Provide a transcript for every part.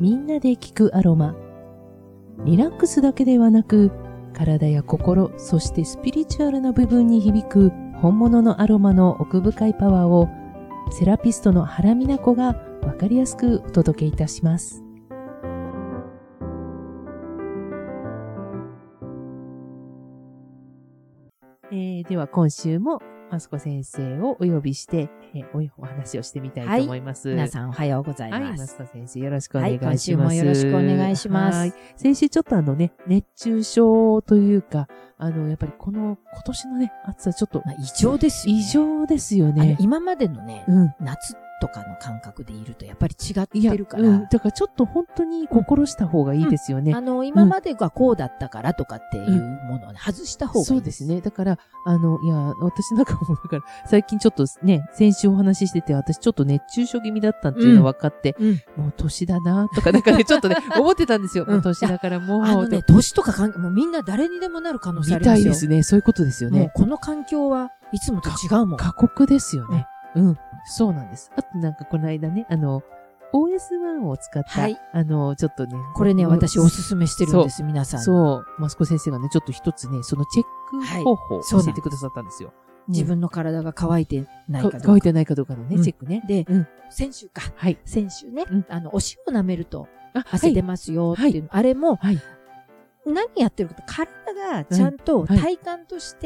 みんなで聞くアロマ。リラックスだけではなく、体や心、そしてスピリチュアルな部分に響く本物のアロマの奥深いパワーを、セラピストの原美奈子がわかりやすくお届けいたします。では今週もマスコ先生をお呼びして、お話をしてみたいと思います。 皆さんおはようございます。 はい、マスコ先生よろしくお願いします。 今週もよろしくお願いします。 先週ちょっと熱中症というか、やっぱり今年のね、暑さちょっと、 異常ですよね。 異常ですよね。 今までのね、夏とかの感覚でいるとやっぱり違ってるから。 だからちょっと本当に心した方がいいですよね。 今までがこうだったからとかっていうものを、ね外した方がいいです。 そうですね。だから、私なんかもだから、最近ちょっとね、先週お話ししてて、私ちょっと熱中症気味だったっていうの分かって、もう年だなとか、なんかね、ちょっとね、思ってたんですよ。もう年だからもう。 年とかもうみんな誰にでもなる可能性ありますよ。 みたいですね。そういうことですよね。 もうこの環境はいつもと違うもん。 過酷ですよね。そうなんです。あとなんかこの間ね、OS1 を使った、ちょっとね。 これね、私おすすめしてるんです、皆さん。 そう。マスコ先生がね、ちょっと一つね、そのチェック方法を教えてくださったんですよ。 自分の体が乾いてないかどうか。 乾いてないかどうかのね、チェックね。 で、先週か。 はい。 先週ね、お塩舐めると汗出ますよっていう、あれも、何やってるかと、体がちゃんと体感として、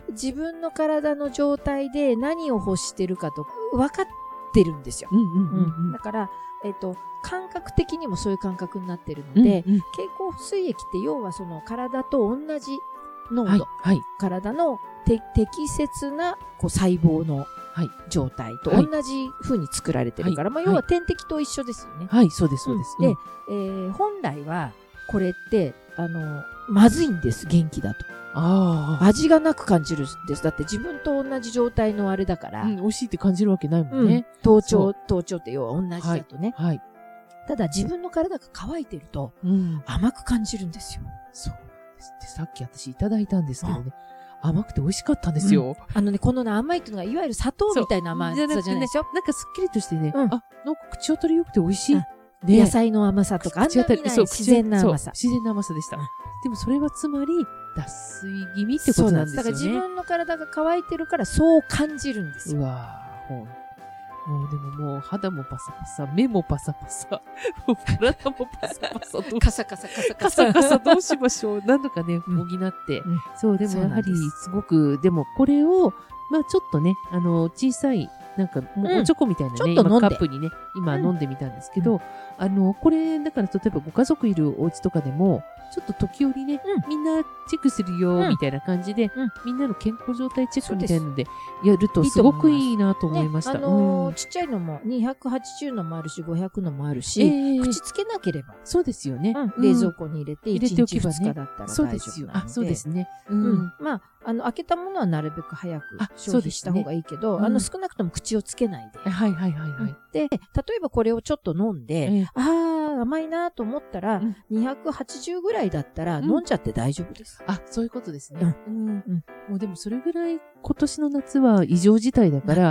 自分の体の状態で何を欲してるかと分かってるんですよ。だから、感覚的にもそういう感覚になってるので、経口補水液って要はその体と同じ濃度、体の適切な細胞の状態と同じ風に作られてるから、要は点滴と一緒ですよね。 はい、そうです、そうです。 で、本来はこれって、まずいんです、元気だと。味がなく感じるんです。だって自分と同じ状態のあれだから。 美味しいって感じるわけないもんね。 頭頂って要は同じだとね。ただ自分の体が乾いてると、甘く感じるんですよ。 そうですってさっき私いただいたんですけどね。甘くて美味しかったんですよ。 このね、甘いっていうのが、いわゆる砂糖みたいな甘さじゃないですよ。 なんかすっきりとしてね、なんか口当たり良くて美味しい。 野菜の甘さとか、自然な甘さ。 自然な甘さでした。でもそれはつまり、脱水気味ってことなんですよね。 だから自分の体が乾いてるからそう感じるんですよ。 うわぁ、もうでももう肌もパサパサ、目もパサパサ、もう体もパサパサ、 カサカサカサカサどうしましょう。何度かね、補って。そう、でもやはりすごく、でもこれを、ちょっとね、小さい、なんか、おちょこみたいなね、今カップにね、今飲んでみたんですけど、これ、だから例えばご家族いるお家とかでも、ちょっと時折ね、みんなチェックするよ、みたいな感じで、みんなの健康状態チェックみたいなので、やるとすごくいいなと思いました。 ちっちゃいのも、280のもあるし、500のもあるし、口つけなければ。 そうですよね。 冷蔵庫に入れて、1日2日だったら大丈夫なので。 そうですね。 開けたものはなるべく早く消費した方がいいけど、少なくとも口をつけないで。で、例えばこれをちょっと飲んで、甘いなと思ったら、280ぐらいだったら飲んじゃって大丈夫です。 そういうことですね。もうでもそれぐらい今年の夏は異常事態だから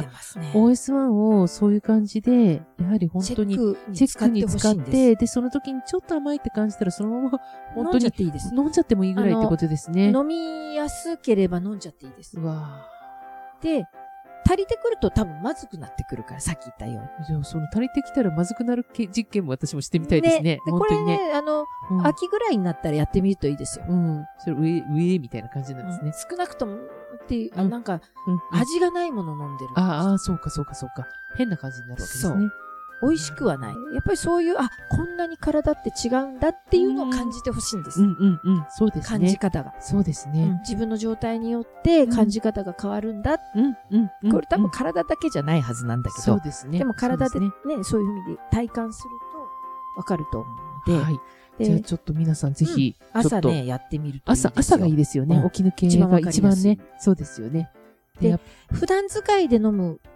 、OS1 をそういう感じで、やはり本当にチェックに使って、で、その時にちょっと甘いって感じたら、そのまま本当に飲んじゃっていいです。飲んじゃってもいいぐらいってことですね。 飲みやすければ飲んじゃっていいです。で、足りてくると多分まずくなってくるから、さっき言ったように。 じゃあ、その足りてきたらまずくなる実験も私もしてみたいですね。 これね、秋ぐらいになったらやってみるといいですよ。 それ上みたいな感じなんですね。 少なくともっていう、なんか、味がないもの飲んでる。 そうか。変な感じになるわけですね。 美味しくはない。やっぱりそういう、こんなに体って違うんだっていうのを感じてほしいんです。 そうですね。 感じ方が。 そうですね。 自分の状態によって感じ方が変わるんだ。これ多分体だけじゃないはずなんだけど。 そうですね。 でも体でね、そういう意味で体感するとわかると思うので。 じゃあちょっと皆さんぜひ、 朝ね、やってみるといいですよ。 朝がいいですよね。起き抜けが一番ね。そうですよね。 で、普段使いで飲む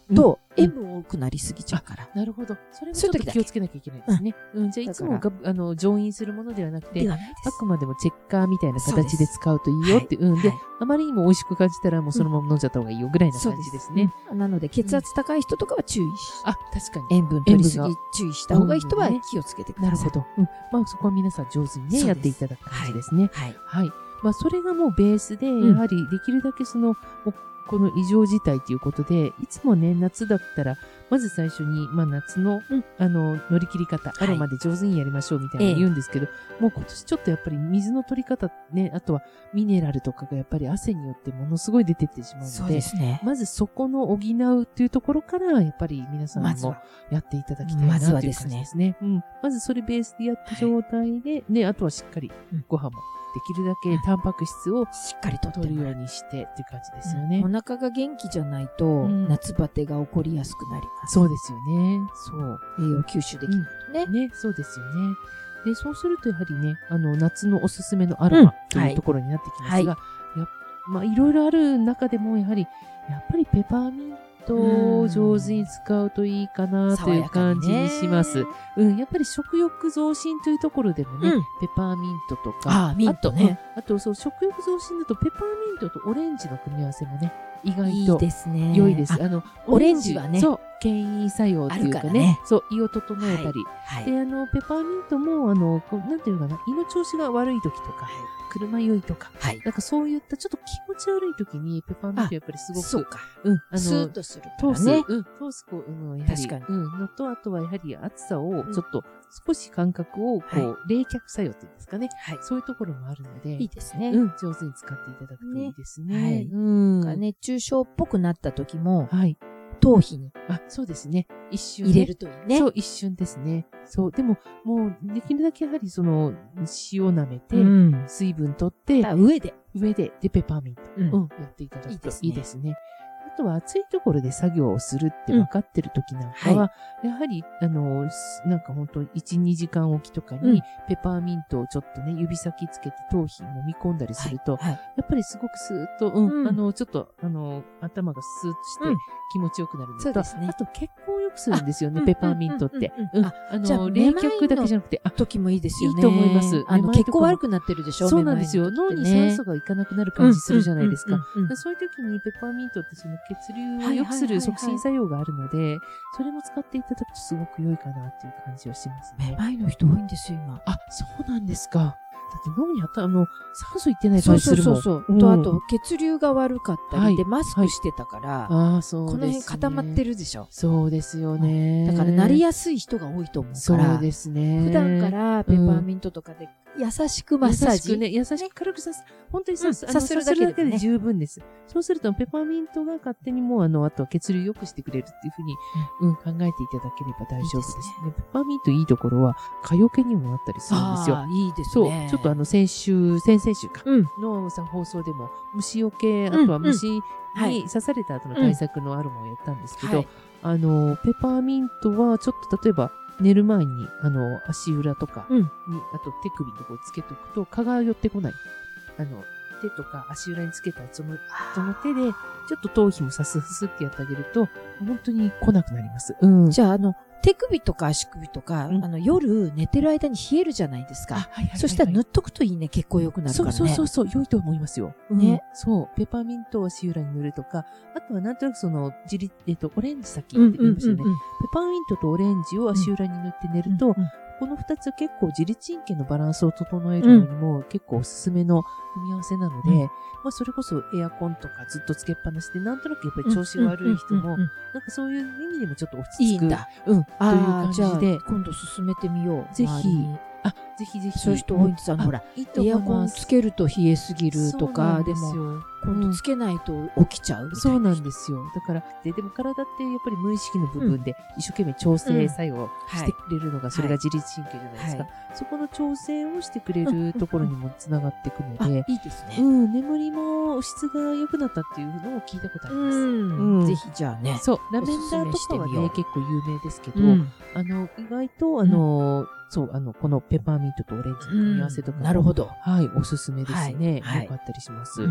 と、塩分多くなりすぎちゃうから。 なるほど。それもちょっと気をつけなきゃいけないですね。じゃあいつもが、上飲するものではなくて、あくまでもチェッカーみたいな形で使うといいよって、で、あまりにも美味しく感じたらもうそのまま飲んじゃった方がいいよぐらいな感じですね。 なので、血圧高い人とかは注意し。 確かに。塩分取りすぎ注意した方がいい人は気をつけてください。 なるほど。まあそこは皆さん上手にね、やっていただく感じですね。はい。まあそれがもうベースで、やはりできるだけこの異常事態ということで、いつもね、夏だったら、まず最初に、まあ夏の、乗り切り方、アロマで上手にやりましょうみたいな言うんですけど、もう今年ちょっとやっぱり水の取り方ね、あとはミネラルとかがやっぱり汗によってものすごい出てってしまうので、 そうですね。 まずそこの補うっていうところから、やっぱり皆さんもやっていただきたいなという感じですね。まずそれベースでやった状態で、ね、あとはしっかりご飯も。できるだけタンパク質をしっかりと取るようにしてっていう感じですよね。 お腹が元気じゃないと、夏バテが起こりやすくなります。 そうですよね。そう。 栄養吸収できるとね。 ね、そうですよね。で、そうするとやはりね、夏のおすすめのアロマというところになってきますが、まあ、いろいろある中でも、やっぱりペパーミントを上手に使うといいかなという感じにします。やっぱり食欲増進というところでもね、ペパーミントとか、 ミントね。 あとそう、食欲増進だとペパーミントとオレンジの組み合わせもね、意外といいですね。 良いです。 オレンジはね、 そう、牽引作用っていうかね、そう、胃を整えたり。で、ペパーミントも、なんていうのかな、胃の調子が悪い時とか、車酔いとか、なんかそういったちょっと気持ち悪い時にペパーミントやっぱりすごく、 そうか。スーッとするからね。通す、やはり、確かに。のと、あとはやはり暑さをちょっと少し感覚を冷却作用っていうんですかね。そういうところもあるので、 いいですね。 上手に使っていただくといいですね。 はい。熱中症っぽくなった時も、頭皮に。 そうですね。一瞬。 入れるといいね。 そう、一瞬ですね。そう。でも、もう、できるだけやはり塩舐めて、水分取って、 上で、 で、ペパーミント。やっていただくといいですね。あとは暑いところで作業をするって分かってる時なんかは、やはり、なんか本当1、2時間おきとかに、ペパーミントをちょっとね、指先つけて頭皮揉み込んだりすると、やっぱりすごくスーッと、ちょっと、頭がスーッとして気持ちよくなるのと、あと血行を良くするんですよね、ペパーミントって。冷却だけじゃなくて、 時もいいですよね。 いいと思います。 血行悪くなってるでしょ。 そうなんですよ。脳に酸素がいかなくなる感じするじゃないですか。そういう時にペパーミントって血流を良くする促進作用があるので、それも使っていただくとすごく良いかなっていう感じはしますね。 めまいの人多いんですよ、今。 そうなんですか。だって脳に酸素いってない感じするもん。 そう。と、あと、血流が悪かったりで、マスクしてたから、この辺固まってるでしょ。 そうですよね。 だから、なりやすい人が多いと思うから、 そうですね。 普段からペパーミントとかで優しくマッサージ。 優しく軽く本当にさするだけで十分です。そうすると、ペパーミントが勝手にもうあとは血流良くしてくれるっていうふうに、考えていただければ大丈夫ですね。ペパーミントいいところは、蚊除けにもなったりするんですよ。 いいですね。 そう。ちょっと先々週か。の放送でも、虫除け、あとは虫に刺された後の対策のあるものをやったんですけど、ペパーミントはちょっと例えば、寝る前に、足裏とかに、あと手首のところつけとくと、蚊が寄ってこない。手とか足裏につけたその手で、ちょっと頭皮もさすってやってあげると、本当に来なくなります。 じゃあ、手首とか足首とか、夜寝てる間に冷えるじゃないですか。そしたら塗っとくといいね。血行良くなるからね。 そう、良いと思いますよ。ね。そう。ペパーミントを足裏に塗るとか、あとはなんとなくオレンジ先って言いましたね。ペパーミントとオレンジを足裏に塗って寝ると、この二つ結構自律神経のバランスを整えるのにも結構おすすめの組み合わせなので、まあそれこそエアコンとかずっとつけっぱなしでなんとなくやっぱり調子悪い人も、なんかそういう意味でもちょっと落ち着く。 いいんだ。 という感じで。 今度進めてみよう。 ぜひ。ぜひ。 そういう人多いんです。ほら、エアコンつけると冷えすぎるとか、でも、今度つけないと起きちゃう。 そうなんですよ。だから、でも体ってやっぱり無意識の部分で一生懸命調整作用してくれるのが、それが自律神経じゃないですか。そこの調整をしてくれるところにもつながっていくので、 いいですね。 眠りも質が良くなったっていうのを聞いたことあります。 ぜひじゃあね。 そう、ラベンダーとかはね、結構有名ですけど、意外と、このペパーミントとオレンジの組み合わせとか、 なるほど。 はい、おすすめですね。よかったりします。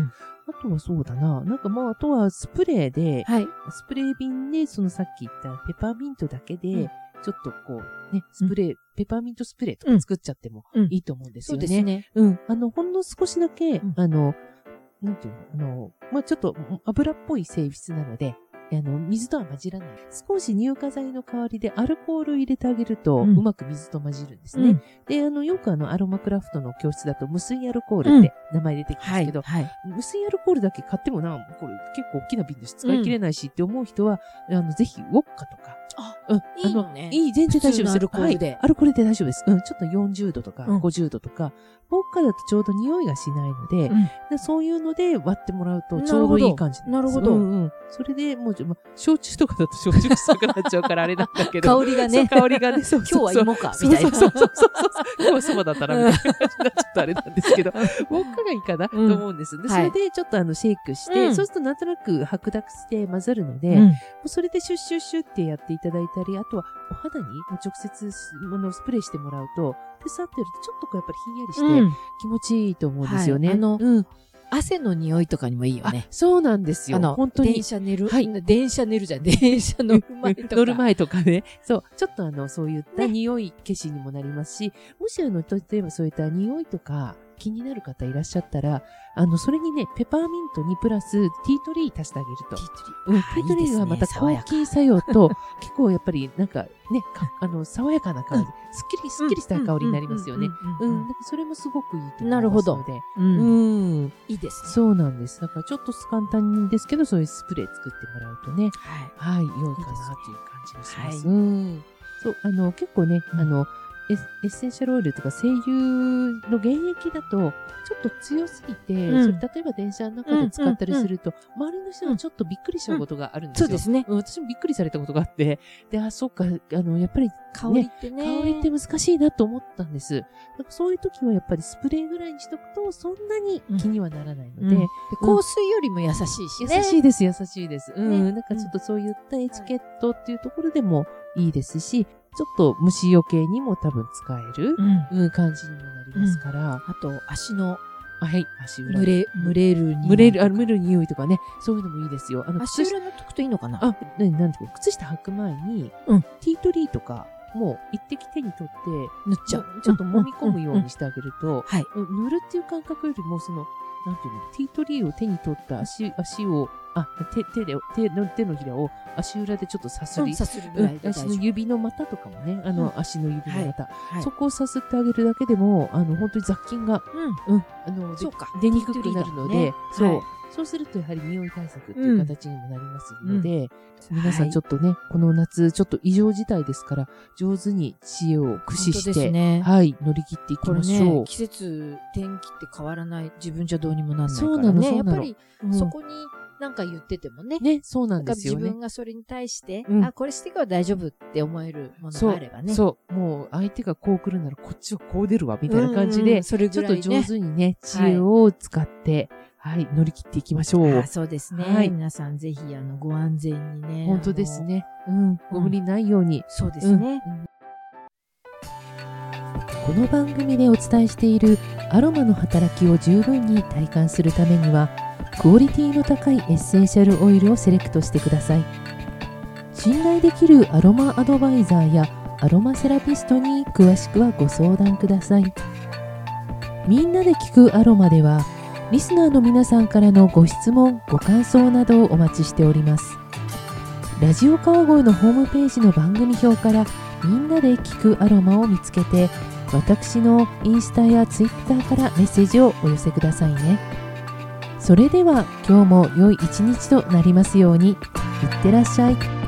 あとはそうだな。なんかあとはスプレーで、 はい。 スプレー瓶で、そのさっき言ったペパーミントだけで、ちょっとこう、ね、スプレー、ペパーミントスプレーとか作っちゃってもいいと思うんですよね。 そうですね。 ほんの少しだけ、なんていうの、ちょっと油っぽい性質なので、水とは混じらない。少し乳化剤の代わりでアルコールを入れてあげると、うまく水と混じるんですね。で、よくアロマクラフトの教室だと無水アルコールって名前出てきますけど、無水アルコールだけ買ってもこれ結構大きな瓶です。使い切れないしって思う人は、ぜひウォッカとか、 いいのね。 全然大丈夫です。 アルコールで。 アルコールで大丈夫です。ちょっと40度とか50度とか、ウォッカだとちょうど匂いがしないので、そういうので割ってもらうとちょうどいい感じなるほど。 それでもう焼酎とかだと焼酎臭くなっちゃうからあれなんだけど。 香りがね。 香りがね、 今日は芋か、みたいな。 そう。今日はそばだったら、みたいな感じになっちゃったあれなんですけど、ウォッカがいいかなと思うんです。で、それでちょっとシェイクして、そうするとなんとなく白濁して混ざるので、それでシュッシュッシュってやっていただいたり、あとはお肌に直接スプレーしてもらうと、で、触ってるとちょっとやっぱりひんやりして気持ちいいと思うんですよね。 汗の匂いとかにもいいよね。 そうなんですよ。本当に。 電車寝る電車乗る前とか。 乗る前とかね。そう。ちょっとそういった匂い消しにもなりますし、もし例えばそういった匂いとか気になる方いらっしゃったら、それにね、ペパーミントにプラスティートリー足してあげると。ティートリーがまた抗菌作用と、結構やっぱりなんかね、爽やかな香り、すっきりした香りになりますよね。なんかそれもすごくいいと思いますので。 なるほど。いいですね。 そうなんです。だからちょっと簡単ですけど、そういうスプレー作ってもらうとね、はい、良いかなという感じがします。そう、結構ね、エッセンシャルオイルとか精油の原液だと、ちょっと強すぎて、それ例えば電車の中で使ったりすると、周りの人がちょっとびっくりしちゃうことがあるんですよ。 そうですね。 私もびっくりされたことがあって、で、そっか、やっぱり、 香りってね。 香りって難しいなと思ったんです。そういう時はやっぱりスプレーぐらいにしとくと、そんなに気にはならないので。 香水よりも優しいしね。 優しいです。なんかちょっとそういったエチケットっていうところでもいいですし、ちょっと虫除けにも多分使える感じにもなりますから。 あと、足の、 足裏。 蒸れる匂いとかね。そういうのもいいですよ。 足裏塗っとくといいのかな？ なんていうか、靴下履く前に、ティートリーとか、もう一滴手に取って、 塗っちゃう。 ちょっと揉み込むようにしてあげると、塗るっていう感覚よりも、なんていうの、ティートリーを手に取った足を、手のひらを足裏でちょっとさするぐらいで足の指の股とかもね、足の指の股、そこをさすってあげるだけでも、本当に雑菌が、出にくくなるので、そうするとやはり匂い対策っていう形にもなりますので、皆さんちょっとね、この夏ちょっと異常事態ですから、上手に知恵を駆使して、乗り切っていきましょう。 季節、天気って変わらない、自分じゃどうにもなんないからね。やっぱり、そこに、なんか言っててもね。 そうなんですよね。 自分がそれに対して、これしてから大丈夫って思えるものがあればね。 もう相手がこう来るならこっちはこう出るわ、みたいな感じで、ちょっと上手にね、知恵を使って、乗り切っていきましょう。 そうですね。皆さんぜひ、ご安全にね。 本当ですね。ご無理ないように。 そうですね。 この番組でお伝えしているアロマの働きを十分に体感するためには、クオリティの高いエッセンシャルオイルをセレクトしてください。信頼できるアロマアドバイザーやアロマセラピストに詳しくはご相談ください。みんなで聞くアロマでは、リスナーの皆さんからのご質問、ご感想などをお待ちしております。ラジオ川越のホームページの番組表からみんなで聞くアロマを見つけて、私のインスタやツイッターからメッセージをお寄せくださいね。それでは今日も良い一日となりますように。いってらっしゃい。